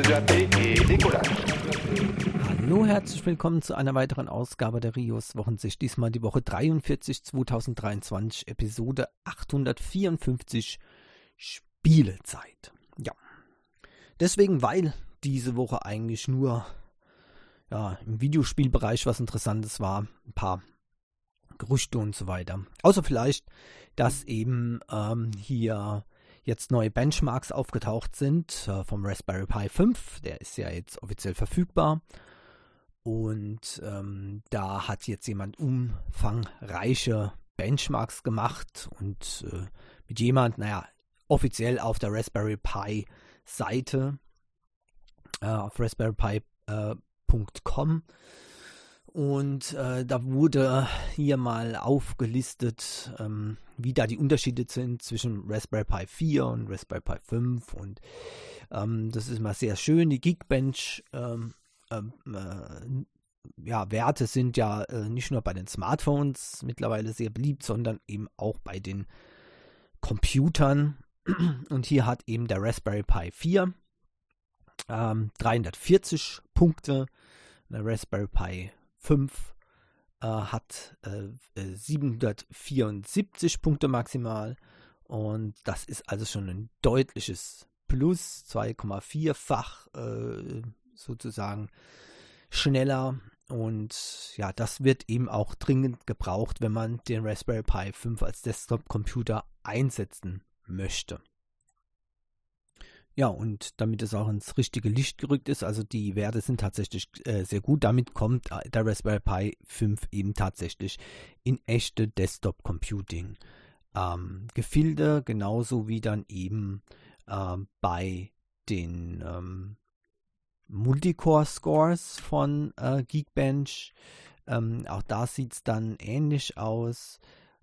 Giuseppe e Nicola. Hallo, herzlich willkommen zu einer weiteren Ausgabe der Rios Wochensicht. Diesmal die Woche 43 2023, Episode 854, Spielezeit. Ja, deswegen, weil diese Woche eigentlich nur im Videospielbereich was Interessantes war, ein paar Gerüchte und so weiter. Außer vielleicht, dass eben hier jetzt neue Benchmarks aufgetaucht sind vom Raspberry Pi 5. Der ist ja jetzt offiziell verfügbar. Und da hat jetzt jemand umfangreiche Benchmarks gemacht und mit jemand, offiziell auf der Raspberry Pi Seite, auf raspberrypi.com. Und da wurde hier mal aufgelistet, wie da die Unterschiede sind zwischen Raspberry Pi 4 und Raspberry Pi 5. Und das ist mal sehr schön. Die Geekbench Werte sind ja nicht nur bei den Smartphones mittlerweile sehr beliebt, sondern eben auch bei den Computern. Und hier hat eben der Raspberry Pi 4 340 Punkte, der Raspberry Pi 5 hat 774 Punkte maximal, und das ist also schon ein deutliches Plus, 2,4-fach sozusagen schneller, und ja, das wird eben auch dringend gebraucht, wenn man den Raspberry Pi 5 als Desktop-Computer einsetzen möchte. Ja, und damit es auch ins richtige Licht gerückt ist, also die Werte sind tatsächlich sehr gut. Damit kommt der Raspberry Pi 5 eben tatsächlich in echte Desktop-Computing-Gefilde, genauso wie dann eben bei den Multicore-Scores von Geekbench. Auch da sieht es dann ähnlich aus.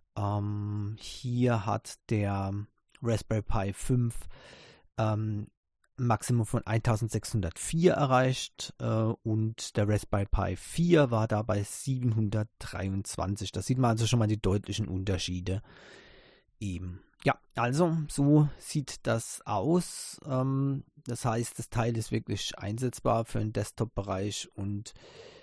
Hier hat der Raspberry Pi 5 Maximum von 1604 erreicht und der Raspberry Pi 4 war da bei 723. Da sieht man also schon mal die deutlichen Unterschiede eben. Ja, also so sieht das aus. Das heißt, das Teil ist wirklich einsetzbar für den Desktop-Bereich, und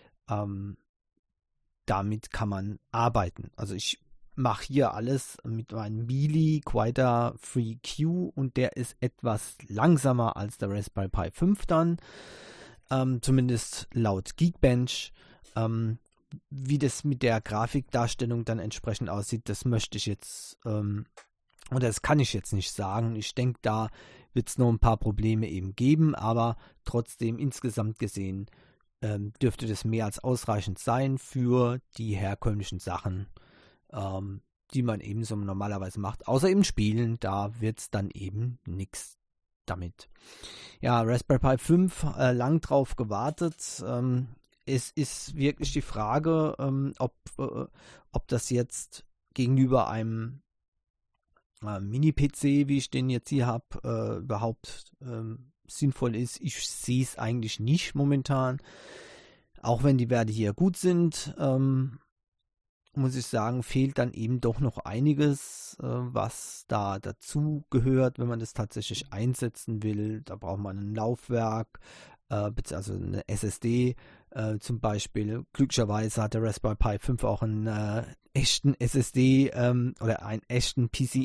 damit kann man arbeiten. Also ich mache hier alles mit meinem Mealy Quieter FreeQ, und der ist etwas langsamer als der Raspberry Pi 5 dann, zumindest laut Geekbench. Wie das mit der Grafikdarstellung dann entsprechend aussieht, das möchte ich jetzt, oder das kann ich jetzt nicht sagen. Ich denke, da wird es noch ein paar Probleme eben geben, aber trotzdem insgesamt gesehen dürfte das mehr als ausreichend sein für die herkömmlichen Sachen, die man eben so normalerweise macht, außer eben Spielen, da wird es dann eben nichts damit. Ja, Raspberry Pi 5, lang drauf gewartet. Es ist wirklich die Frage, ob das jetzt gegenüber einem Mini-PC, wie ich den jetzt hier habe, überhaupt sinnvoll ist. Ich sehe es eigentlich nicht momentan. Auch wenn die Werte hier gut sind, muss ich sagen, fehlt dann eben doch noch einiges, was da dazu gehört, wenn man das tatsächlich einsetzen will. Da braucht man ein Laufwerk, also eine SSD zum Beispiel. Glücklicherweise hat der Raspberry Pi 5 auch einen echten SSD oder einen echten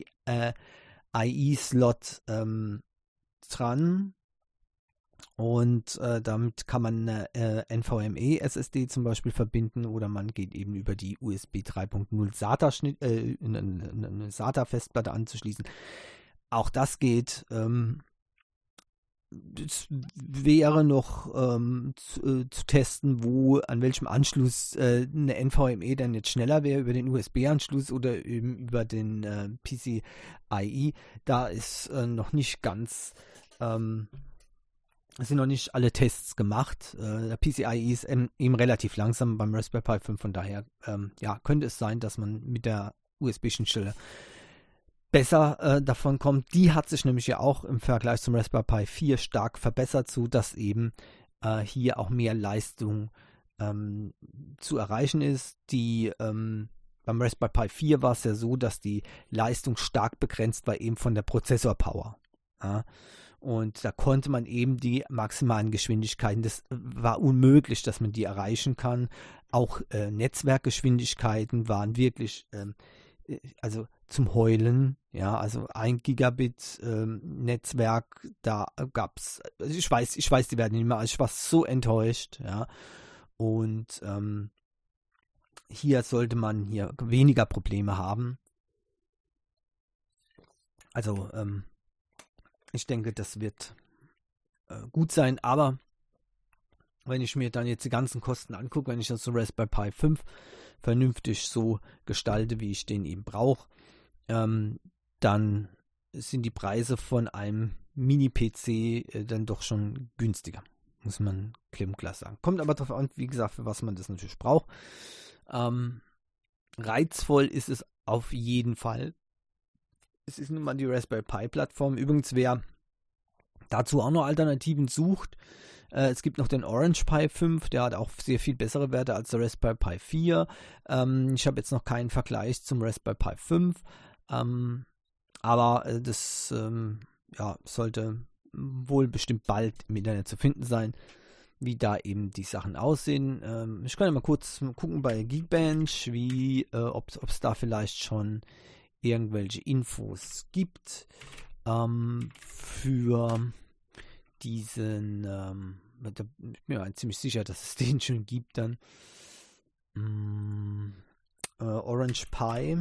PCIe-Slot dran. Und damit kann man eine NVMe-SSD zum Beispiel verbinden, oder man geht eben über die USB 3.0 SATA eine SATA-Festplatte anzuschließen. Auch das geht. Es wäre noch zu testen, an welchem Anschluss eine NVMe dann jetzt schneller wäre, über den USB-Anschluss oder eben über den PCIe. Da ist noch nicht ganz es sind noch nicht alle Tests gemacht. Der PCIe ist eben relativ langsam beim Raspberry Pi 5, von daher könnte es sein, dass man mit der USB-Schnittstelle besser davon kommt. Die hat sich nämlich ja auch im Vergleich zum Raspberry Pi 4 stark verbessert, so dass eben hier auch mehr Leistung zu erreichen ist. Beim Raspberry Pi 4 war es ja so, dass die Leistung stark begrenzt war eben von der Prozessor-Power. Ja. Und da konnte man eben die maximalen Geschwindigkeiten, das war unmöglich, dass man die erreichen kann. Auch Netzwerkgeschwindigkeiten waren wirklich, also zum Heulen, ja, also 1 Gigabit Netzwerk, da gab es, ich weiß, die werden nicht mehr, also ich war so enttäuscht, ja. Und hier sollte man hier weniger Probleme haben. Also, ich denke, das wird gut sein, aber wenn ich mir dann jetzt die ganzen Kosten angucke, wenn ich das so Raspberry Pi 5 vernünftig so gestalte, wie ich den eben brauche, dann sind die Preise von einem Mini-PC dann doch schon günstiger, muss man klipp und klar sagen. Kommt aber darauf an, wie gesagt, für was man das natürlich braucht. Reizvoll ist es auf jeden Fall. Es ist nun mal die Raspberry Pi Plattform. Übrigens, wer dazu auch noch Alternativen sucht, es gibt noch den Orange Pi 5, der hat auch sehr viel bessere Werte als der Raspberry Pi 4. Ich habe jetzt noch keinen Vergleich zum Raspberry Pi 5, aber das sollte wohl bestimmt bald im Internet zu finden sein, wie da eben die Sachen aussehen. Ich kann ja mal kurz gucken bei Geekbench, ob es da vielleicht schon irgendwelche Infos gibt für diesen, ich bin mir ziemlich sicher, dass es den schon gibt dann. Orange Pi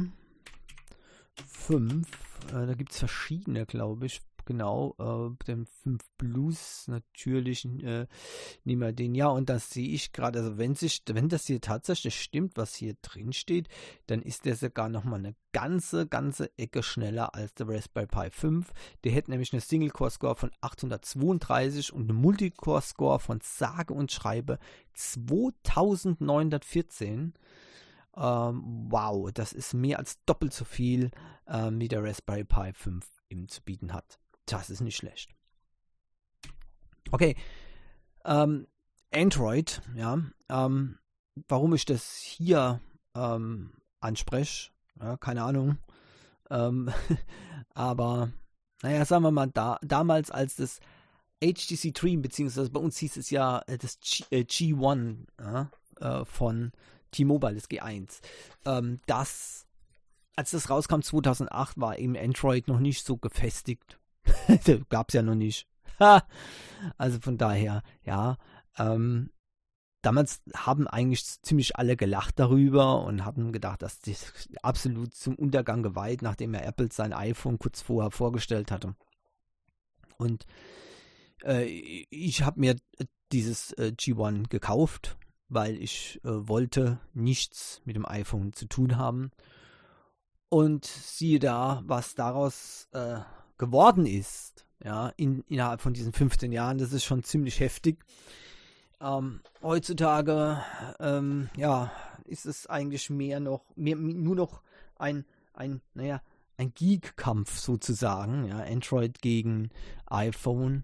5, da gibt es verschiedene, glaube ich. Genau, den 5 Plus natürlich nehmen wir den. Ja, und das sehe ich gerade, also wenn das hier tatsächlich stimmt, was hier drin steht, dann ist der sogar nochmal eine ganze Ecke schneller als der Raspberry Pi 5. Der hätte nämlich eine Single-Core-Score von 832 und eine Multicore-Score von sage und schreibe 2914. Wow, das ist mehr als doppelt so viel, wie der Raspberry Pi 5 eben zu bieten hat. Das ist nicht schlecht. Okay, Android, ja, warum ich das hier anspreche, ja, keine Ahnung, aber naja, sagen wir mal, damals als das HTC Dream, beziehungsweise bei uns hieß es ja das G1 von T-Mobile, das G1, als das rauskam 2008, war eben Android noch nicht so gefestigt. Gab es ja noch nicht. Also von daher, ja. Damals haben eigentlich ziemlich alle gelacht darüber und hatten gedacht, dass das absolut zum Untergang geweiht, nachdem er Apple sein iPhone kurz vorher vorgestellt hatte. Und ich habe mir dieses G1 gekauft, weil ich wollte nichts mit dem iPhone zu tun haben. Und siehe da, was daraus geworden ist, ja, innerhalb von diesen 15 Jahren, das ist schon ziemlich heftig. Heutzutage, ist es eigentlich nur noch ein Geek-Kampf sozusagen, ja, Android gegen iPhone.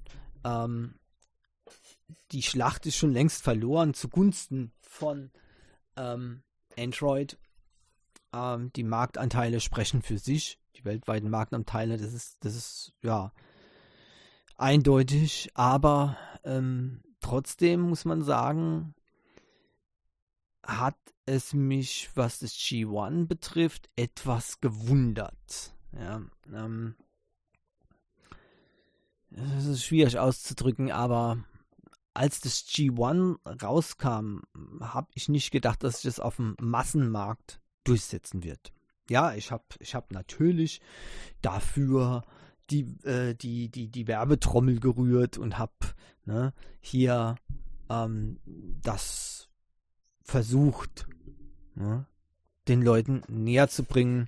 Die Schlacht ist schon längst verloren zugunsten von Android. Die Marktanteile sprechen für sich. Die weltweiten Marktanteile, das ist ja eindeutig, aber trotzdem muss man sagen, hat es mich, was das G1 betrifft, etwas gewundert. Ja, das ist schwierig auszudrücken, aber als das G1 rauskam, habe ich nicht gedacht, dass sich das auf dem Massenmarkt durchsetzen wird. Ja, ich hab natürlich dafür die Werbetrommel gerührt und habe hier das versucht, den Leuten näher zu bringen.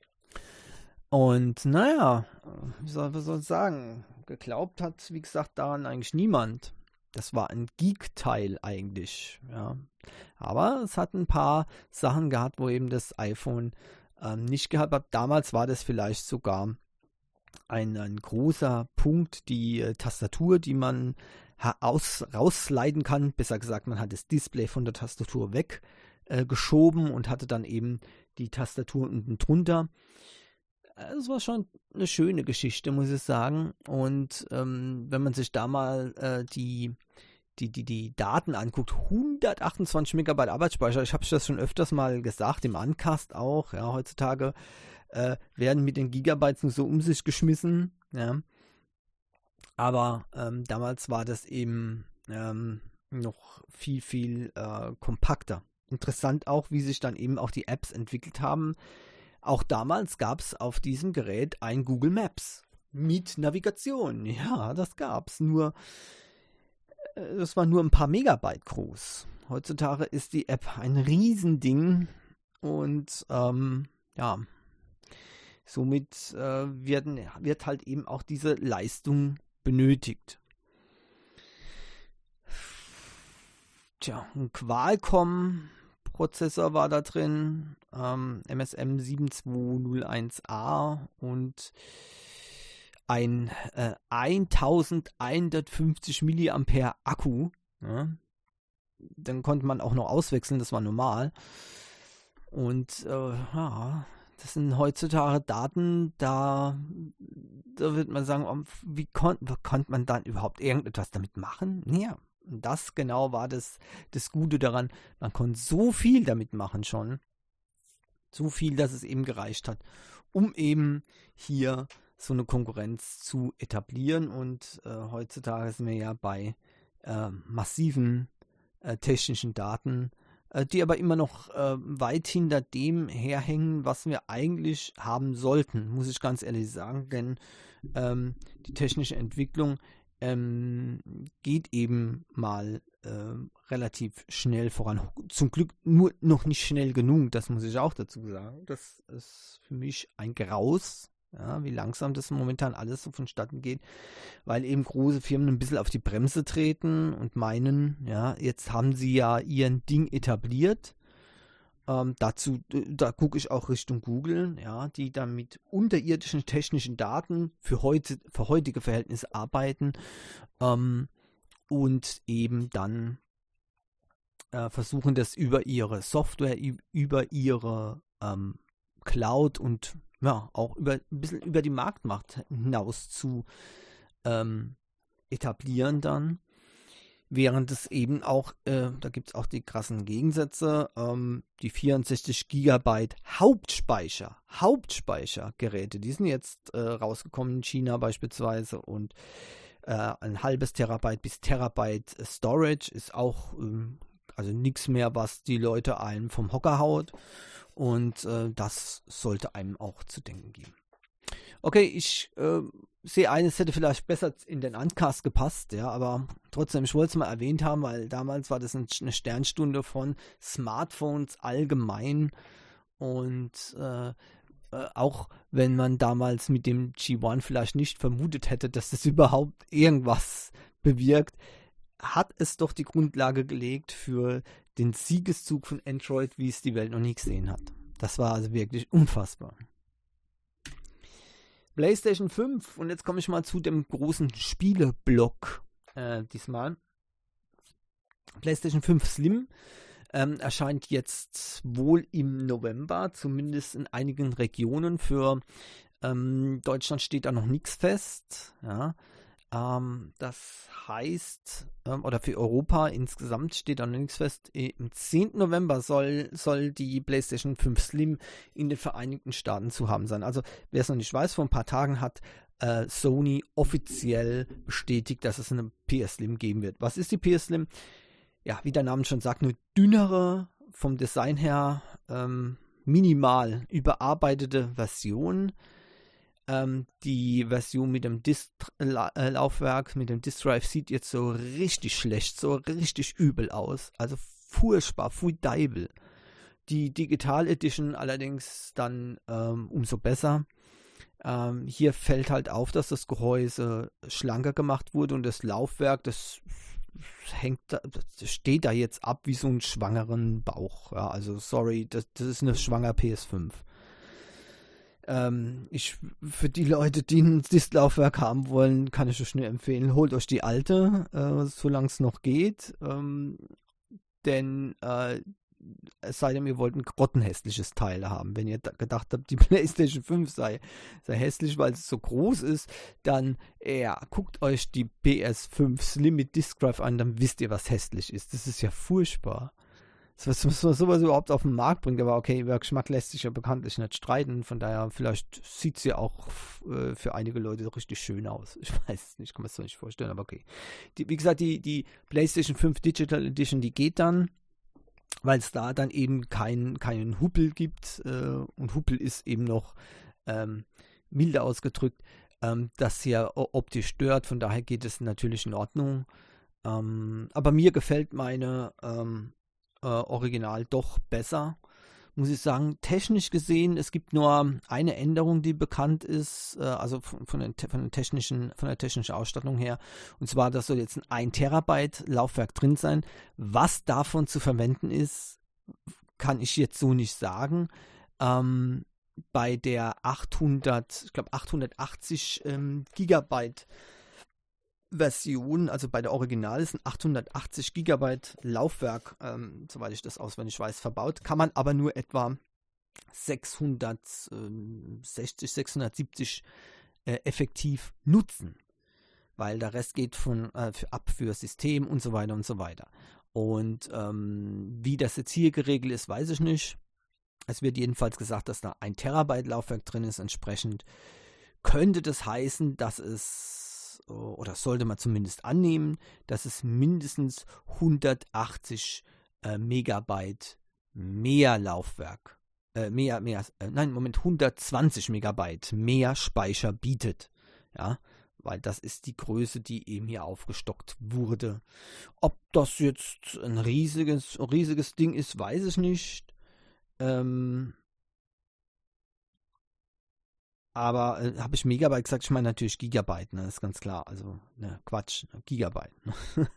Und naja, wie soll ich sagen, geglaubt hat, wie gesagt, daran eigentlich niemand. Das war ein Geek-Teil eigentlich, ja. Aber es hat ein paar Sachen gehabt, wo eben das iPhone nicht gehabt hat. Damals war das vielleicht sogar ein großer Punkt, die Tastatur, die man raussliden kann. Besser gesagt, man hat das Display von der Tastatur weggeschoben und hatte dann eben die Tastatur unten drunter. es war schon eine schöne Geschichte, muss ich sagen. Und wenn man sich da mal die Daten anguckt, 128 Megabyte Arbeitsspeicher, ich habe das schon öfters mal gesagt, im Uncast auch, ja, heutzutage werden mit den Gigabytes nur so um sich geschmissen, ja. Aber damals war das eben noch viel, viel kompakter. Interessant auch, wie sich dann eben auch die Apps entwickelt haben. Auch damals gab es auf diesem Gerät ein Google Maps mit Navigation. Ja, das gab es. Nur, das war nur ein paar Megabyte groß. Heutzutage ist die App ein Riesending und ja, somit wird halt eben auch diese Leistung benötigt. Tja, ein Qualcomm-Prozessor war da drin, MSM 7201A und ein 1150 mAh Akku. Ja. Dann konnte man auch noch auswechseln, das war normal. Und ja, das sind heutzutage Daten, da wird man sagen, wie konnte man dann überhaupt irgendetwas damit machen? Ja, das genau war das Gute daran. Man konnte so viel damit machen schon. So viel, dass es eben gereicht hat, um eben hier so eine Konkurrenz zu etablieren. Und heutzutage sind wir ja bei massiven technischen Daten, die aber immer noch weit hinter dem herhängen, was wir eigentlich haben sollten, muss ich ganz ehrlich sagen, denn die technische Entwicklung geht eben mal relativ schnell voran. Zum Glück nur noch nicht schnell genug, das muss ich auch dazu sagen. Das ist für mich ein Graus, ja, wie langsam das momentan alles so vonstatten geht, weil eben große Firmen ein bisschen auf die Bremse treten und meinen, ja, jetzt haben sie ja ihren Ding etabliert. Da gucke ich auch Richtung Google, ja, die dann mit unterirdischen technischen Daten für heutige Verhältnisse arbeiten und eben dann versuchen, das über ihre Software, über ihre Cloud und ja, auch ein bisschen über die Marktmacht hinaus zu etablieren dann. Während es eben auch, da gibt es auch die krassen Gegensätze, die 64 GB Hauptspeichergeräte, die sind jetzt rausgekommen in China beispielsweise und ein halbes Terabyte bis Terabyte Storage ist auch also nichts mehr, was die Leute einem vom Hocker haut und das sollte einem auch zu denken geben. Okay, ich sehe eines hätte vielleicht besser in den Uncast gepasst, ja, aber trotzdem, ich wollte es mal erwähnt haben, weil damals war das eine Sternstunde von Smartphones allgemein und auch wenn man damals mit dem G1 vielleicht nicht vermutet hätte, dass das überhaupt irgendwas bewirkt, hat es doch die Grundlage gelegt für den Siegeszug von Android, wie es die Welt noch nie gesehen hat. Das war also wirklich unfassbar. PlayStation 5, und jetzt komme ich mal zu dem großen Spieleblock diesmal. PlayStation 5 Slim erscheint jetzt wohl im November, zumindest in einigen Regionen. Für Deutschland steht da noch nichts fest. Ja. Das heißt, oder für Europa insgesamt steht da noch nichts fest. Am 10. November soll die PlayStation 5 Slim in den Vereinigten Staaten zu haben sein. Also, wer es noch nicht weiß, vor ein paar Tagen hat Sony offiziell bestätigt, dass es eine PS Slim geben wird. Was ist die PS Slim? Ja, wie der Name schon sagt, eine dünnere, vom Design her minimal überarbeitete Version. Die Version mit dem Disk-Laufwerk, mit dem Disk-Drive sieht jetzt so richtig schlecht, so richtig übel aus. Also furchtbar, furchtbar. Die Digital Edition allerdings dann umso besser. Hier fällt halt auf, dass das Gehäuse schlanker gemacht wurde und das Laufwerk, das steht da jetzt ab wie so ein schwangeren Bauch. Ja, also sorry, das ist eine schwanger PS5. Für die Leute, die ein Disk-Laufwerk haben wollen, kann ich euch nur empfehlen, holt euch die alte, solange es noch geht. Denn es sei denn, ihr wollt ein grottenhässliches Teil haben. Wenn ihr gedacht habt, die PlayStation 5 sei hässlich, weil es so groß ist, dann guckt euch die PS5 Slim mit Disk Drive an, dann wisst ihr, was hässlich ist. Das ist ja furchtbar. Was man sowas überhaupt auf den Markt bringt, aber okay, über Geschmack lässt sich ja bekanntlich nicht streiten, von daher vielleicht sieht es ja auch für einige Leute richtig schön aus. Ich weiß es nicht, kann man es so nicht vorstellen, aber okay. Wie gesagt, die PlayStation 5 Digital Edition, die geht dann, weil es da dann eben keinen Huppel gibt und Huppel ist eben noch milder ausgedrückt, das hier optisch stört, von daher geht es natürlich in Ordnung. Aber mir gefällt meine Original doch besser, muss ich sagen. Technisch gesehen, es gibt nur eine Änderung, die bekannt ist, also von der technischen Ausstattung her. Und zwar, das soll jetzt ein 1 Terabyte Laufwerk drin sein. Was davon zu verwenden ist, kann ich jetzt so nicht sagen. Bei der 880 Gigabyte Version, also bei der Original ist ein 880 Gigabyte Laufwerk, soweit ich das auswendig weiß, verbaut, kann man aber nur etwa 660, 670 effektiv nutzen, weil der Rest geht ab für System und so weiter und so weiter. Und wie das jetzt hier geregelt ist, weiß ich nicht. Es wird jedenfalls gesagt, dass da 1 Terabyte Laufwerk drin ist, entsprechend könnte das heißen, dass es oder sollte man zumindest annehmen, dass es mindestens 180 Megabyte mehr Laufwerk, 120 Megabyte mehr Speicher bietet. Ja, weil das ist die Größe, die eben hier aufgestockt wurde. Ob das jetzt ein riesiges Ding ist, weiß ich nicht. Aber habe ich Megabyte gesagt? Ich meine natürlich Gigabyte, ne? Ist ganz klar. Also, ne, Quatsch, Gigabyte. Ne?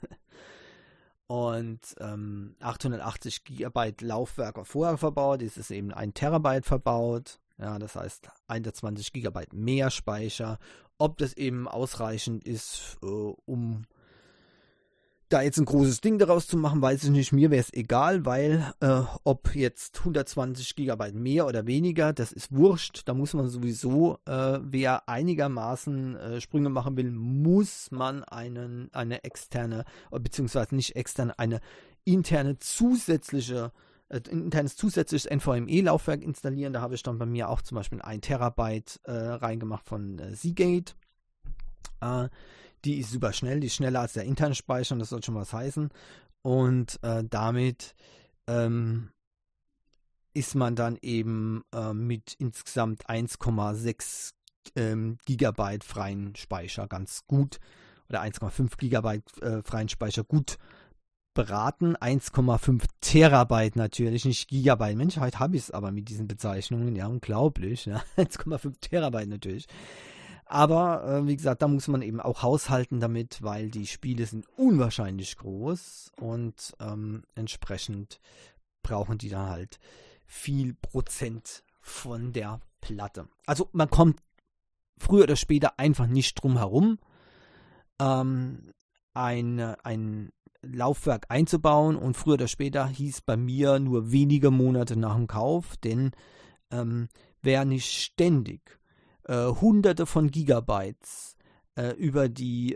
Und 880 Gigabyte Laufwerk war vorher verbaut, jetzt ist eben 1 Terabyte verbaut. Ja, das heißt 21 Gigabyte mehr Speicher. Ob das eben ausreichend ist, um da jetzt ein großes Ding daraus zu machen, weiß ich nicht. Mir wäre es egal, weil ob jetzt 120 Gigabyte mehr oder weniger, das ist wurscht. Da muss man sowieso, wer einigermaßen Sprünge machen will, muss man eine externe, beziehungsweise nicht externe, eine internes zusätzliches NVMe-Laufwerk installieren. Da habe ich dann bei mir auch zum Beispiel 1 Terabyte reingemacht von Seagate. Die ist super schnell, die ist schneller als der interne Speicher, das soll schon was heißen. Und damit ist man dann eben mit insgesamt 1,6 Gigabyte freien Speicher ganz gut oder 1,5 Gigabyte freien Speicher gut beraten. 1,5 Terabyte natürlich, nicht Gigabyte. Mensch, heute habe ich es aber mit diesen Bezeichnungen, ja, unglaublich. Ja? 1,5 Terabyte natürlich. Aber wie gesagt, da muss man eben auch haushalten damit, weil die Spiele sind unwahrscheinlich groß und entsprechend brauchen die dann halt viel Prozent von der Platte. Also man kommt früher oder später einfach nicht drum herum, ein Laufwerk einzubauen, und früher oder später hieß bei mir nur wenige Monate nach dem Kauf, denn wer nicht ständig Hunderte von Gigabytes über die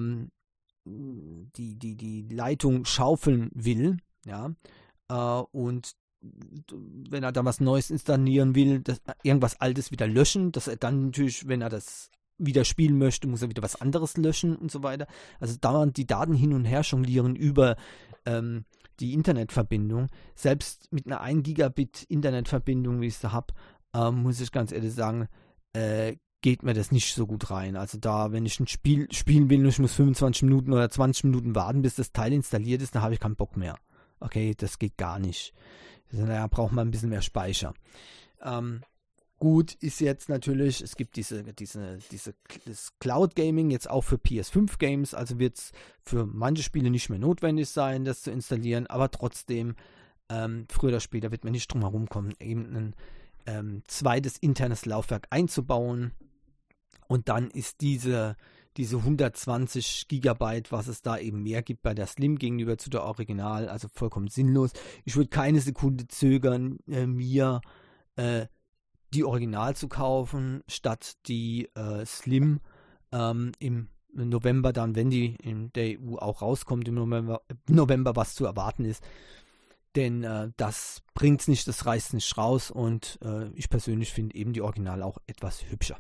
Leitung schaufeln will, ja, und wenn er da was Neues installieren will, irgendwas Altes wieder löschen, dass er dann natürlich, wenn er das wieder spielen möchte, muss er wieder was anderes löschen und so weiter. Also dauernd die Daten hin und her jonglieren über die Internetverbindung. Selbst mit einer 1 Gigabit Internetverbindung, wie ich sie habe, muss ich ganz ehrlich sagen, geht mir das nicht so gut rein. Also da, wenn ich ein Spiel spielen will und ich muss 25 Minuten oder 20 Minuten warten, bis das Teil installiert ist, dann habe ich keinen Bock mehr. Okay, das geht gar nicht. Da braucht man ein bisschen mehr Speicher. Gut ist jetzt natürlich, es gibt das Cloud Gaming jetzt auch für PS5 Games, also wird es für manche Spiele nicht mehr notwendig sein, das zu installieren, aber trotzdem, früher oder später wird man nicht drum herum kommen, eben ein zweites internes Laufwerk einzubauen, und dann ist diese diese 120 Gigabyte, was es da eben mehr gibt bei der Slim gegenüber zu der Original, also vollkommen sinnlos. Ich würde keine Sekunde zögern, mir die Original zu kaufen, statt die Slim im November dann, wenn die in der EU auch rauskommt, im November was zu erwarten ist. Denn das bringt es nicht, das reißt nicht raus und ich persönlich finde eben die Original auch etwas hübscher.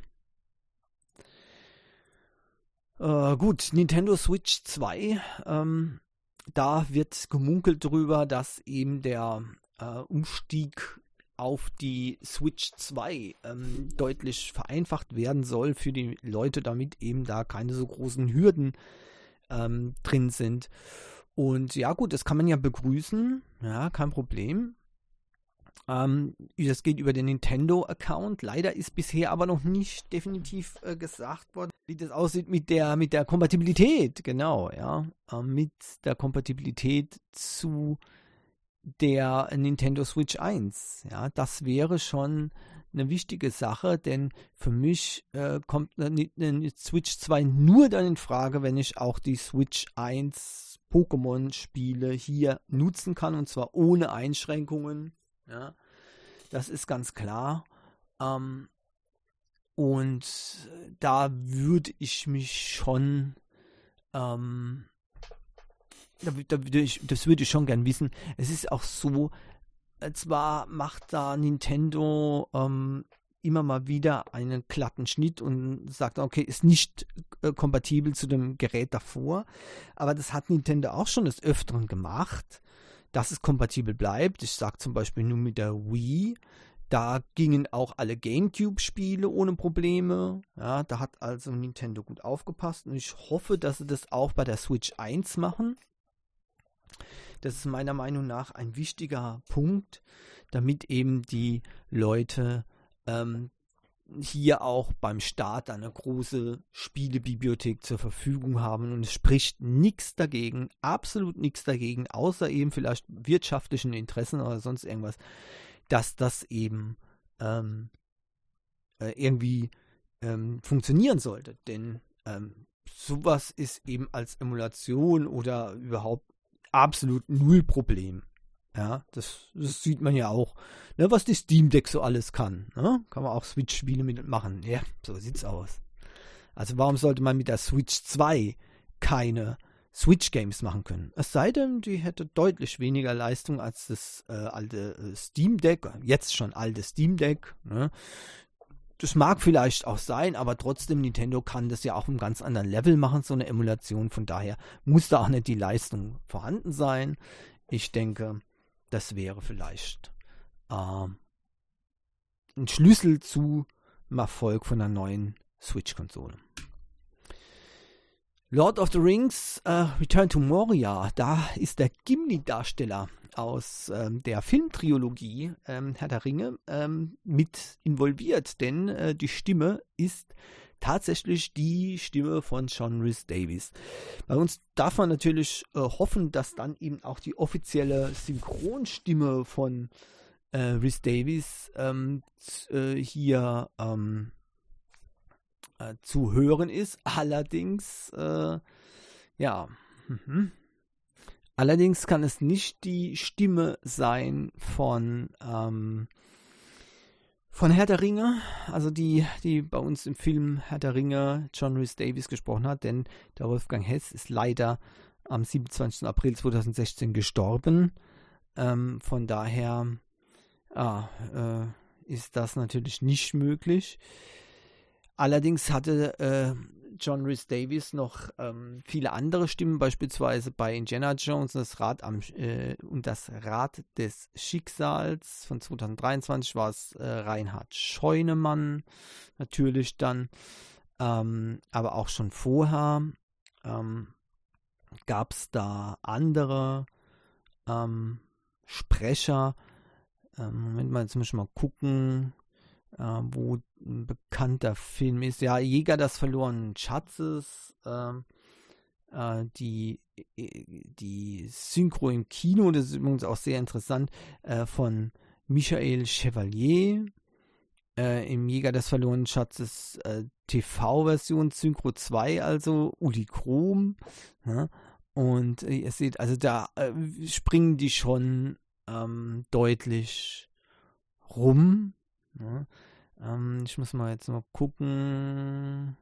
Gut, Nintendo Switch 2, da wird gemunkelt drüber, dass eben der Umstieg auf die Switch 2 deutlich vereinfacht werden soll für die Leute, damit eben da keine so großen Hürden drin sind. Und ja gut, das kann man ja begrüßen, ja, kein Problem. Das geht über den Nintendo-Account. Leider ist bisher aber noch nicht definitiv gesagt worden, wie das aussieht mit der Kompatibilität, genau, ja. Mit der Kompatibilität zu der Nintendo Switch 1. Ja, das wäre schon eine wichtige Sache, denn für mich kommt eine Switch 2 nur dann in Frage, wenn ich auch die Switch 1 Pokémon-Spiele hier nutzen kann und zwar ohne Einschränkungen. Ja, das ist ganz klar. Und da würde ich mich schon das würde ich schon gern wissen. Es ist auch so, zwar macht da Nintendo immer mal wieder einen glatten Schnitt und sagt, okay, ist nicht kompatibel zu dem Gerät davor, aber das hat Nintendo auch schon des Öfteren gemacht, dass es kompatibel bleibt. Ich sage zum Beispiel nur mit der Wii, da gingen auch alle GameCube-Spiele ohne Probleme. Ja, da hat also Nintendo gut aufgepasst und ich hoffe, dass sie das auch bei der Switch 1 machen. Das ist meiner Meinung nach ein wichtiger Punkt, damit eben die Leute hier auch beim Start eine große Spielebibliothek zur Verfügung haben. Und es spricht nichts dagegen, absolut nichts dagegen, außer eben vielleicht wirtschaftlichen Interessen oder sonst irgendwas, dass das eben irgendwie funktionieren sollte. Denn sowas ist eben als Emulation oder überhaupt absolut null Problem. Ja, das sieht man ja auch, ne, was die Steam Deck so alles kann. Ne? Kann man auch Switch-Spiele mitmachen. Ja, so sieht's aus. Also warum sollte man mit der Switch 2 keine Switch-Games machen können? Es sei denn, die hätte deutlich weniger Leistung als das alte Steam Deck, jetzt schon alte Steam Deck. Ne? Das mag vielleicht auch sein, aber trotzdem, Nintendo kann das ja auch im ganz anderen Level machen, so eine Emulation. Von daher muss da auch nicht die Leistung vorhanden sein. Ich denke, das wäre vielleicht ein Schlüssel zum Erfolg von einer neuen Switch-Konsole. Lord of the Rings, Return to Moria, da ist der Gimli-Darsteller aus der Filmtrilogie Herr der Ringe mit involviert, denn die Stimme ist tatsächlich die Stimme von John Rhys Davies. Bei uns darf man natürlich hoffen, dass dann eben auch die offizielle Synchronstimme von Rhys Davies hier zu hören ist. Allerdings, allerdings kann es nicht die Stimme sein von Herr der Ringe, also die bei uns im Film Herr der Ringe John Rhys Davies gesprochen hat, denn der Wolfgang Hess ist leider am 27. April 2016 gestorben. Von daher ist das natürlich nicht möglich. Allerdings hatte John Rhys Davies noch viele andere Stimmen, beispielsweise bei Indiana Jones und das Rad des Schicksals von 2023 war es Reinhard Scheunemann natürlich dann, aber auch schon vorher gab es da andere Sprecher. Moment mal, jetzt muss ich mal gucken, wo ein bekannter Film ist. Ja, Jäger des verlorenen Schatzes, die Synchro im Kino, das ist übrigens auch sehr interessant, von Michael Chevalier. im Jäger des verlorenen Schatzes TV-Version Synchro 2, also Ulichrom. Ja? Und ihr seht, also da springen die schon deutlich rum. Ja? Ich muss mal jetzt mal gucken.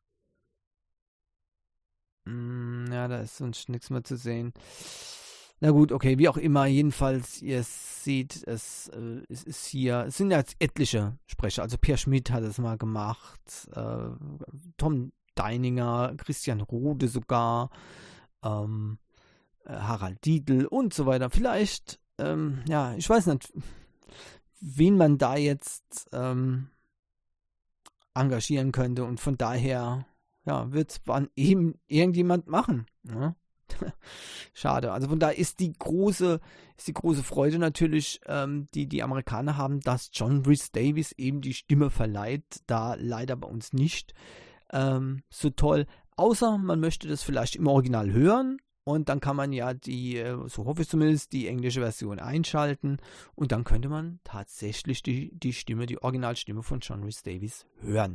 Ja, da ist sonst nichts mehr zu sehen. Na gut, okay, wie auch immer, jedenfalls, ihr seht, es ist hier, es sind jetzt etliche Sprecher, also Peer Schmidt hat es mal gemacht, Tom Deininger, Christian Rode sogar, Harald Dietl und so weiter. Vielleicht, ja, ich weiß nicht, wen man da jetzt engagieren könnte und von daher, ja, wird es eben irgendjemand machen, ne? Schade. Also von da ist die große Freude natürlich, die Amerikaner haben, dass John Rhys Davies eben die Stimme verleiht. Da leider bei uns nicht so toll. Außer man möchte das vielleicht im Original hören und dann kann man ja so hoffe ich zumindest, die englische Version einschalten und dann könnte man tatsächlich die Stimme, die Originalstimme von John Rhys Davies hören.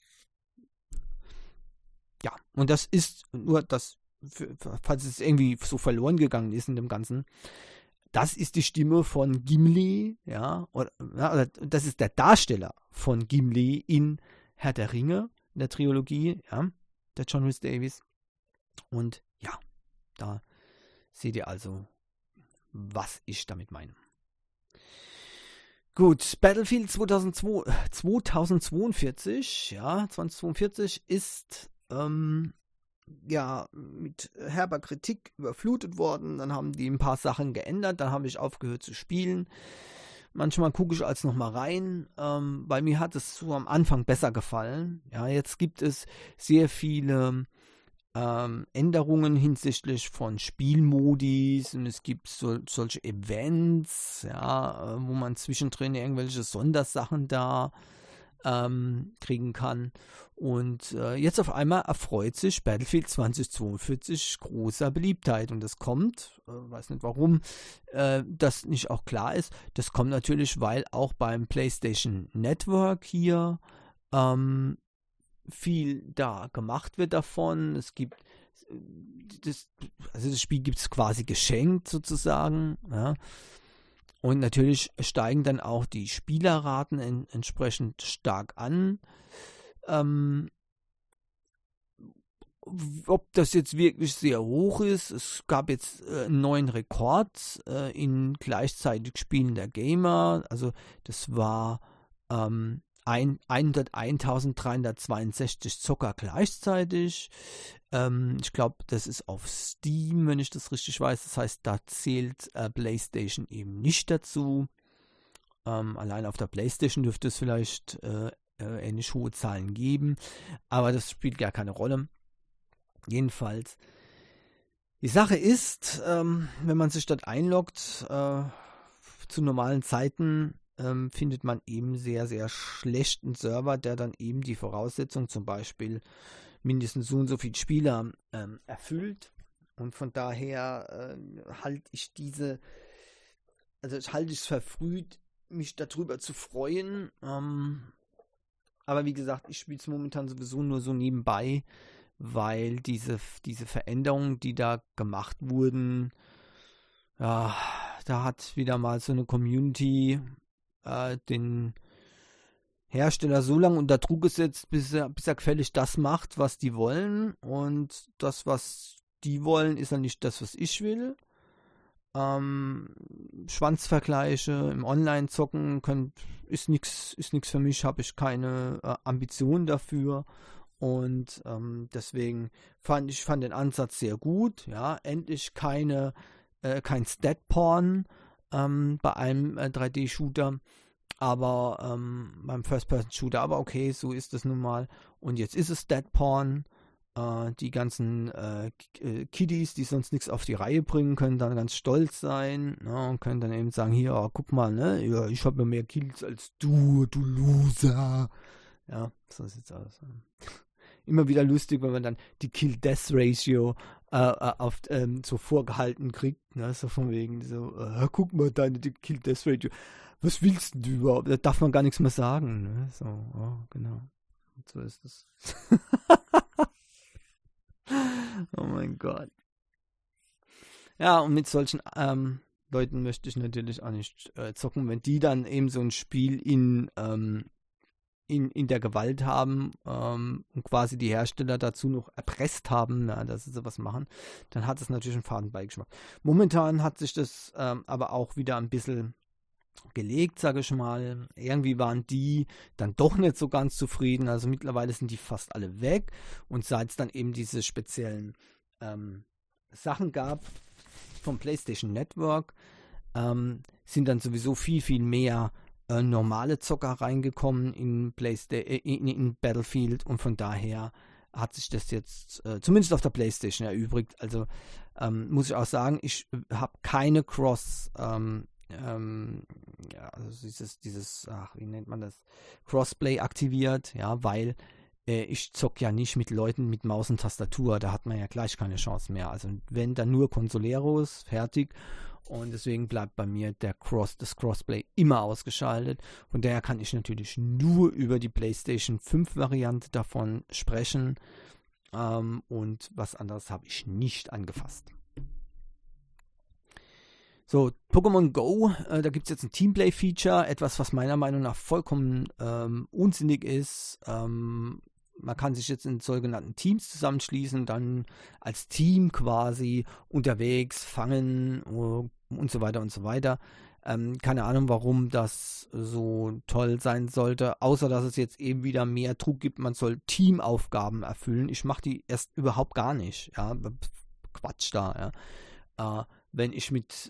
Ja, und das ist nur das, falls es irgendwie so verloren gegangen ist in dem Ganzen, das ist die Stimme von Gimli, ja, oder das ist der Darsteller von Gimli in Herr der Ringe, in der Trilogie, ja, der John Rhys Davies. Und ja, da seht ihr also, was ich damit meine. Gut, Battlefield 2042, ja, 2042 ist ja, mit herber Kritik überflutet worden. Dann haben die ein paar Sachen geändert. Dann habe ich aufgehört zu spielen. Manchmal gucke ich als nochmal rein. Bei mir hat es so am Anfang besser gefallen. Ja, jetzt gibt es sehr viele Änderungen hinsichtlich von Spielmodis und es gibt solche Events, ja, wo man zwischendrin irgendwelche Sondersachen da kriegen kann. Und jetzt auf einmal erfreut sich Battlefield 2042 großer Beliebtheit. Und das kommt, weiß nicht warum das nicht auch klar ist, das kommt natürlich, weil auch beim PlayStation Network hier viel da gemacht wird davon. Es gibt das Spiel gibt es quasi geschenkt sozusagen, ja. Und natürlich steigen dann auch die Spielerraten entsprechend stark an. Ob das jetzt wirklich sehr hoch ist, es gab jetzt einen neuen Rekord in gleichzeitig Spielen der Gamer. Also das war 101.362 Zocker gleichzeitig. Ich glaube, das ist auf Steam, wenn ich das richtig weiß. Das heißt, da zählt PlayStation eben nicht dazu. Allein auf der PlayStation dürfte es vielleicht ähnlich hohe Zahlen geben. Aber das spielt gar keine Rolle. Jedenfalls, die Sache ist, wenn man sich dort einloggt, zu normalen Zeiten, findet man eben sehr, sehr schlechten Server, der dann eben die Voraussetzung, zum Beispiel mindestens so und so viele Spieler erfüllt. Und von daher halte ich es verfrüht, mich darüber zu freuen. Aber wie gesagt, ich spiele es momentan sowieso nur so nebenbei, weil diese Veränderungen, die da gemacht wurden, ja, da hat wieder mal so eine Community den Hersteller so lange unter Druck gesetzt, bis er gefällig das macht, was die wollen. Und das, was die wollen, ist ja nicht das, was ich will. Schwanzvergleiche im Online-Zocken ist nichts für mich, habe ich keine Ambition dafür. Und deswegen fand ich den Ansatz sehr gut. Ja, endlich kein Stat-Porn bei einem 3D-Shooter, aber beim First-Person-Shooter, aber okay, so ist es nun mal. Und jetzt ist es Stat-Porn. Die ganzen Kiddies, die sonst nichts auf die Reihe bringen, können dann ganz stolz sein, ne, und können dann eben sagen, hier, oh, guck mal, ne, ja, ich habe ja mehr Kills als du Loser. Ja, so sieht's aus. Immer wieder lustig, wenn man dann die Kill-Death-Ratio so vorgehalten kriegt, ne? So von wegen so, guck mal, deine Kill-Death-Ratio. Was willst du überhaupt? Da darf man gar nichts mehr sagen, ne? So, genau. Und so ist es. Oh mein Gott. Ja, und mit solchen Leuten möchte ich natürlich auch nicht zocken, wenn die dann eben so ein Spiel in der Gewalt haben und quasi die Hersteller dazu noch erpresst haben, dass sie sowas machen, dann hat es natürlich einen faden Beigeschmack. Momentan hat sich das aber auch wieder ein bisschen gelegt, sage ich mal. Irgendwie waren die dann doch nicht so ganz zufrieden. Also mittlerweile sind die fast alle weg. Und seit es dann eben diese speziellen Sachen gab vom PlayStation Network, sind dann sowieso viel, viel mehr normale Zocker reingekommen in Battlefield. Und von daher hat sich das jetzt zumindest auf der PlayStation erübrigt. Also muss ich auch sagen, ich habe keine also wie nennt man das? Crossplay aktiviert, ja, weil ich zock ja nicht mit Leuten mit Maus und Tastatur, da hat man ja gleich keine Chance mehr. Also wenn, dann nur Consoleros, fertig. Und deswegen bleibt bei mir das Crossplay immer ausgeschaltet. Von daher kann ich natürlich nur über die PlayStation 5 Variante davon sprechen. Und was anderes habe ich nicht angefasst. So, Pokémon Go, da gibt es jetzt ein Teamplay-Feature, etwas, was meiner Meinung nach vollkommen unsinnig ist. Man kann sich jetzt in sogenannten Teams zusammenschließen, dann als Team quasi unterwegs fangen und so weiter und so weiter. Keine Ahnung, warum das so toll sein sollte, außer dass es jetzt eben wieder mehr Druck gibt, man soll Teamaufgaben erfüllen. Ich mache die erst überhaupt gar nicht. Ja? Quatsch da. Ja? Wenn ich mit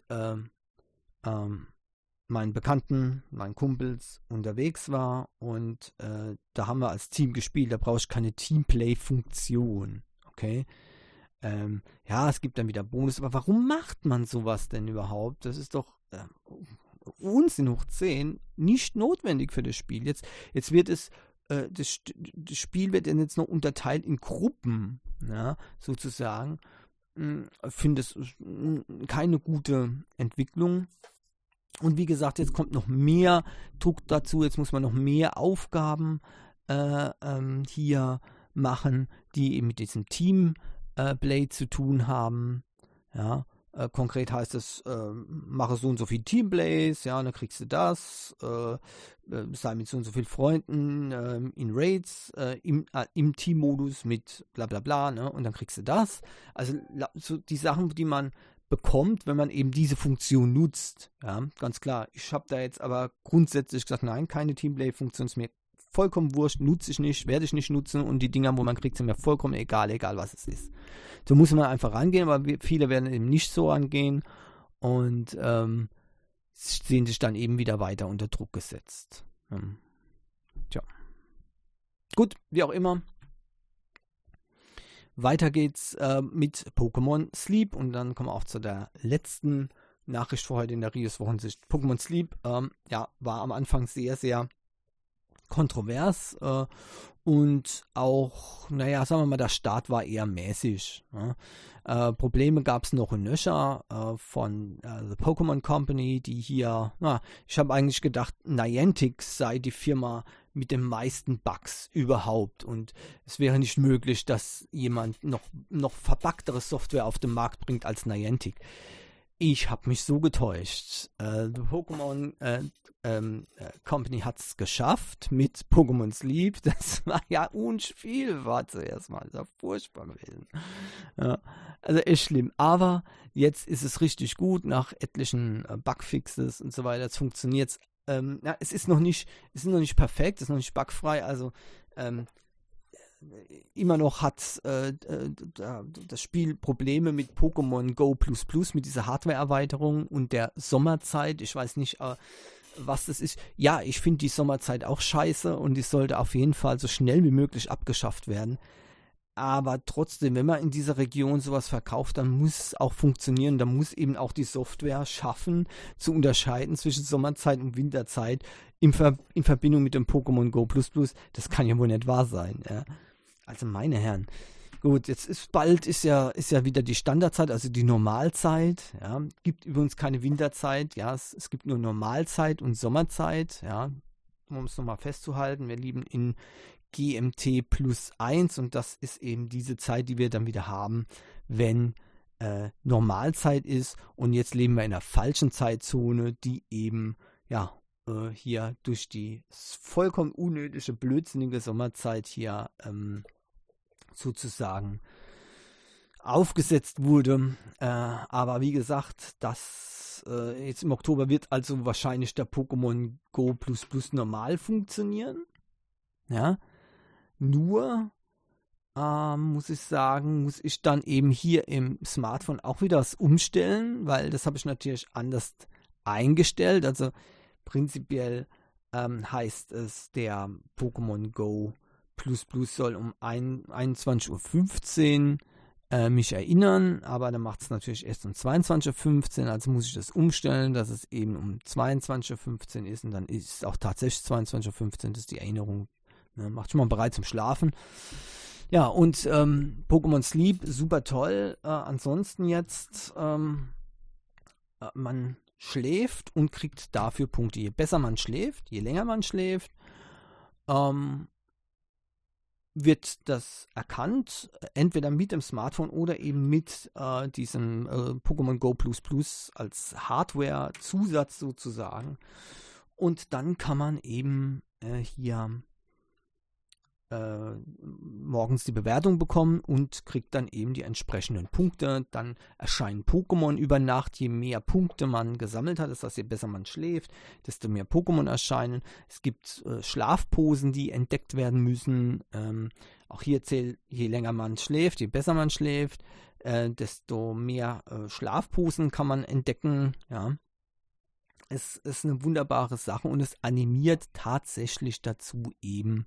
meinen Bekannten, meinen Kumpels unterwegs war und da haben wir als Team gespielt, da brauche ich keine Teamplay-Funktion, okay? Ja, es gibt dann wieder Bonus, aber warum macht man sowas denn überhaupt? Das ist doch Unsinn hoch 10, nicht notwendig für das Spiel. Jetzt wird es, das Spiel wird dann jetzt noch unterteilt in Gruppen, ja, sozusagen. Ich finde es keine gute Entwicklung. Und wie gesagt, jetzt kommt noch mehr Druck dazu. Jetzt muss man noch mehr Aufgaben hier machen, die eben mit diesem Teamplay zu tun haben. Ja, konkret heißt es, mache so und so viele Teamplays, ja, dann kriegst du das, sei mit so und so vielen Freunden in Raids, im Teammodus mit bla bla bla, ne, und dann kriegst du das. Also so die Sachen, die man bekommt, wenn man eben diese Funktion nutzt. Ja, ganz klar. Ich habe da jetzt aber grundsätzlich gesagt, nein, keine Teamplay-Funktion ist mir vollkommen wurscht, nutze ich nicht, werde ich nicht nutzen und die Dinger, wo man kriegt, sind mir vollkommen egal was es ist. So muss man einfach rangehen, aber viele werden eben nicht so rangehen und sehen sich dann eben wieder weiter unter Druck gesetzt. Tja. Gut, wie auch immer. Weiter geht's mit Pokémon Sleep und dann kommen wir auch zu der letzten Nachricht für heute in der Rios-Wochensicht. Pokémon Sleep, war am Anfang sehr, sehr kontrovers und auch, sagen wir mal, der Start war eher mäßig. Probleme gab es noch in nöcher von The Pokémon Company, die hier, ich habe eigentlich gedacht, Niantic sei die Firma mit den meisten Bugs überhaupt und es wäre nicht möglich, dass jemand noch verbuggtere Software auf den Markt bringt als Niantic. Ich habe mich so getäuscht. The Pokémon Company hat es geschafft mit Pokémon Sleep. Das war ja unspiel, war zuerst mal. Das war furchtbar gewesen. Ja, also echt schlimm. Aber jetzt ist es richtig gut nach etlichen Bugfixes und so weiter. Es funktioniert. Es ist noch nicht perfekt, es ist noch nicht bugfrei. Also immer noch hat das Spiel Probleme mit Pokémon Go++, mit dieser Hardware-Erweiterung und der Sommerzeit. Ich weiß nicht, was das ist. Ja, ich finde die Sommerzeit auch scheiße und die sollte auf jeden Fall so schnell wie möglich abgeschafft werden. Aber trotzdem, wenn man in dieser Region sowas verkauft, dann muss es auch funktionieren. Da muss eben auch die Software schaffen, zu unterscheiden zwischen Sommerzeit und Winterzeit in Verbindung mit dem Pokémon Go++. Das kann ja wohl nicht wahr sein. Ja. Also meine Herren, Gut, jetzt ist ja wieder die Standardzeit, also die Normalzeit. Ja, gibt übrigens keine Winterzeit. Ja, es gibt nur Normalzeit und Sommerzeit. Ja, um es nochmal festzuhalten, wir leben in GMT plus 1 und das ist eben diese Zeit, die wir dann wieder haben, wenn Normalzeit ist. Und jetzt leben wir in einer falschen Zeitzone, die eben hier durch die vollkommen unnötige, blödsinnige Sommerzeit hier sozusagen aufgesetzt wurde. Aber wie gesagt, das jetzt im Oktober wird also wahrscheinlich der Pokémon Go Plus Plus normal funktionieren. Ja, nur muss ich sagen, muss ich dann eben hier im Smartphone auch wieder was umstellen, weil das habe ich natürlich anders eingestellt. Also prinzipiell heißt es, der Pokémon Go Plus Plus soll um 21:15 Uhr mich erinnern, aber dann macht es natürlich erst um 22:15 Uhr, also muss ich das umstellen, dass es eben um 22:15 Uhr ist und dann ist es auch tatsächlich 22:15 Uhr, das ist die Erinnerung, ne, macht schon mal bereit zum Schlafen. Ja, und Pokémon Sleep, super toll. Ansonsten jetzt, man schläft und kriegt dafür Punkte. Je besser man schläft, je länger man schläft, wird das erkannt, entweder mit dem Smartphone oder eben mit diesem Pokémon Go Plus Plus als Hardware-Zusatz sozusagen. Und dann kann man eben hier morgens die Bewertung bekommen und kriegt dann eben die entsprechenden Punkte. Dann erscheinen Pokémon über Nacht. Je mehr Punkte man gesammelt hat, das heißt, je besser man schläft, desto mehr Pokémon erscheinen. Es gibt Schlafposen, die entdeckt werden müssen. Auch hier zählt, je länger man schläft, je besser man schläft, desto mehr Schlafposen kann man entdecken. Ja. Es ist eine wunderbare Sache und es animiert tatsächlich dazu, eben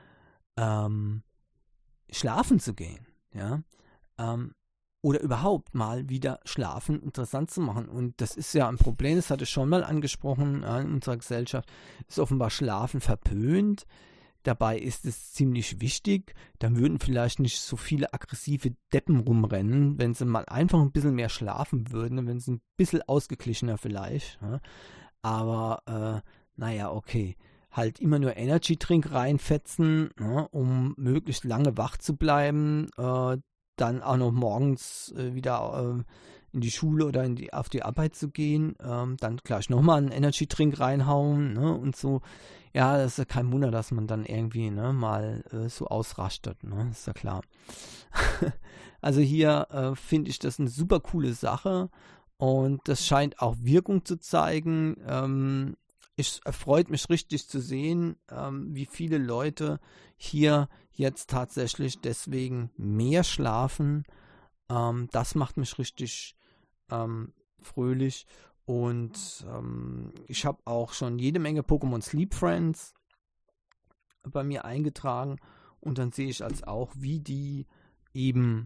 schlafen zu gehen, ja, oder überhaupt mal wieder Schlafen interessant zu machen. Und das ist ja ein Problem, das hatte ich schon mal angesprochen, in unserer Gesellschaft ist offenbar Schlafen verpönt. Dabei ist es ziemlich wichtig. Dann würden vielleicht nicht so viele aggressive Deppen rumrennen, wenn sie mal einfach ein bisschen mehr schlafen würden, wenn sie ein bisschen ausgeglichener vielleicht. Ja. Aber naja, okay. Halt immer nur Energy-Drink reinfetzen, ne, um möglichst lange wach zu bleiben, dann auch noch morgens wieder in die Schule oder auf die Arbeit zu gehen, dann gleich nochmal einen Energy-Drink reinhauen, ne, und so. Ja, das ist ja kein Wunder, dass man dann irgendwie, ne, mal so ausrastet, ne, ist ja klar. Also hier finde ich das eine super coole Sache und das scheint auch Wirkung zu zeigen. Es erfreut mich richtig zu sehen, wie viele Leute hier jetzt tatsächlich deswegen mehr schlafen. Das macht mich richtig fröhlich. Und ich habe auch schon jede Menge Pokémon Sleep Friends bei mir eingetragen. Und dann sehe ich als auch, wie die eben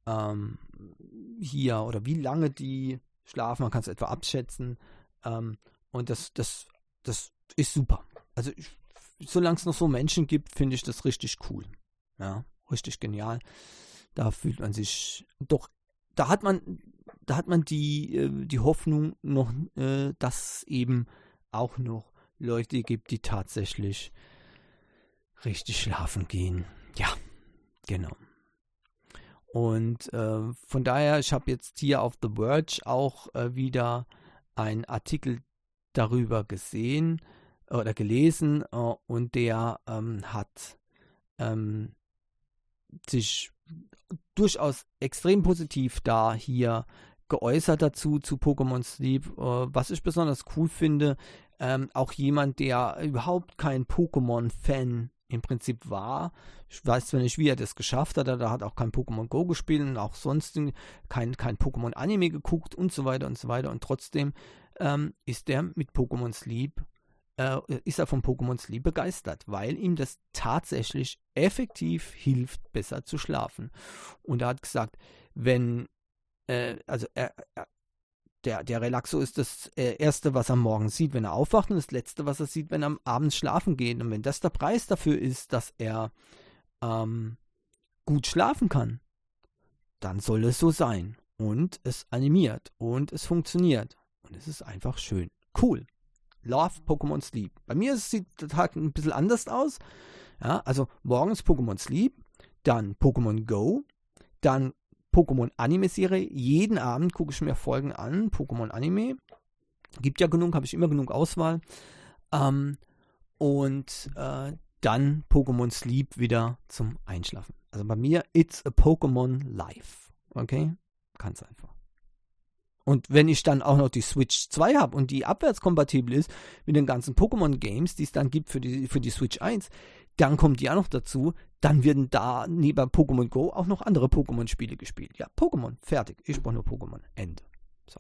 hier oder wie lange die schlafen. Man kann es etwa abschätzen. Und das ist super. Also solange es noch so Menschen gibt, finde ich das richtig cool. Ja, richtig genial. Da fühlt man sich doch, da hat man die Hoffnung noch, dass es eben auch noch Leute gibt, die tatsächlich richtig schlafen gehen. Ja, genau. Und von daher, ich habe jetzt hier auf The Verge auch wieder einen Artikel darüber gesehen oder gelesen und der hat sich durchaus extrem positiv da hier geäußert dazu zu Pokémon Sleep. Was ich besonders cool finde, auch jemand, der überhaupt kein Pokémon-Fan im Prinzip war. Ich weiß zwar nicht, wie er das geschafft hat, er hat auch kein Pokémon Go gespielt und auch sonst kein Pokémon-Anime geguckt und so weiter und so weiter und trotzdem ist er mit Pokémon Sleep, ist er von Pokémon Sleep begeistert, weil ihm das tatsächlich effektiv hilft, besser zu schlafen. Und er hat gesagt, wenn, der Relaxo ist das Erste, was er morgens sieht, wenn er aufwacht und das Letzte, was er sieht, wenn er abends schlafen geht. Und wenn das der Preis dafür ist, dass er gut schlafen kann, dann soll es so sein. Und es animiert und es funktioniert. Und es ist einfach schön. Cool. Love Pokémon Sleep. Bei mir sieht der Tag ein bisschen anders aus. Ja, also morgens Pokémon Sleep, dann Pokémon Go, dann Pokémon Anime-Serie. Jeden Abend gucke ich mir Folgen an, Pokémon Anime. Gibt ja genug, habe ich immer genug Auswahl. Und dann Pokémon Sleep wieder zum Einschlafen. Also bei mir, it's a Pokémon Life. Okay? Ganz einfach. Und wenn ich dann auch noch die Switch 2 habe und die abwärtskompatibel ist mit den ganzen Pokémon-Games, die es dann gibt für die Switch 1, dann kommt die auch noch dazu, dann werden da neben Pokémon Go auch noch andere Pokémon-Spiele gespielt. Ja, Pokémon, fertig. Ich brauche nur Pokémon. Ende. So.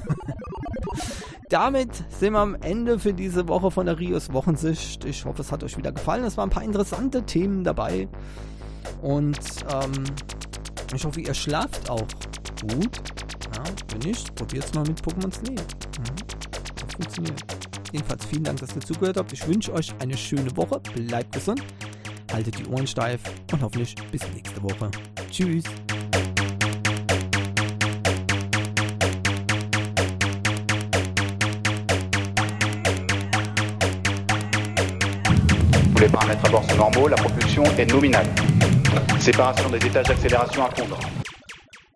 Damit sind wir am Ende für diese Woche von der Rios Wochensicht. Ich hoffe, es hat euch wieder gefallen. Es waren ein paar interessante Themen dabei. Und ich hoffe, ihr schlaft auch gut. Ja, wenn nicht, probiert es mal mit Pokémon Sleep. Das funktioniert. Jedenfalls vielen Dank, dass ihr zugehört habt. Ich wünsche euch eine schöne Woche. Bleibt gesund, haltet die Ohren steif und hoffentlich bis nächste Woche. Tschüss. Pour les paramètres à bord sont normaux, la propulsion est nominale. Séparation des étages d'accélération à fondre.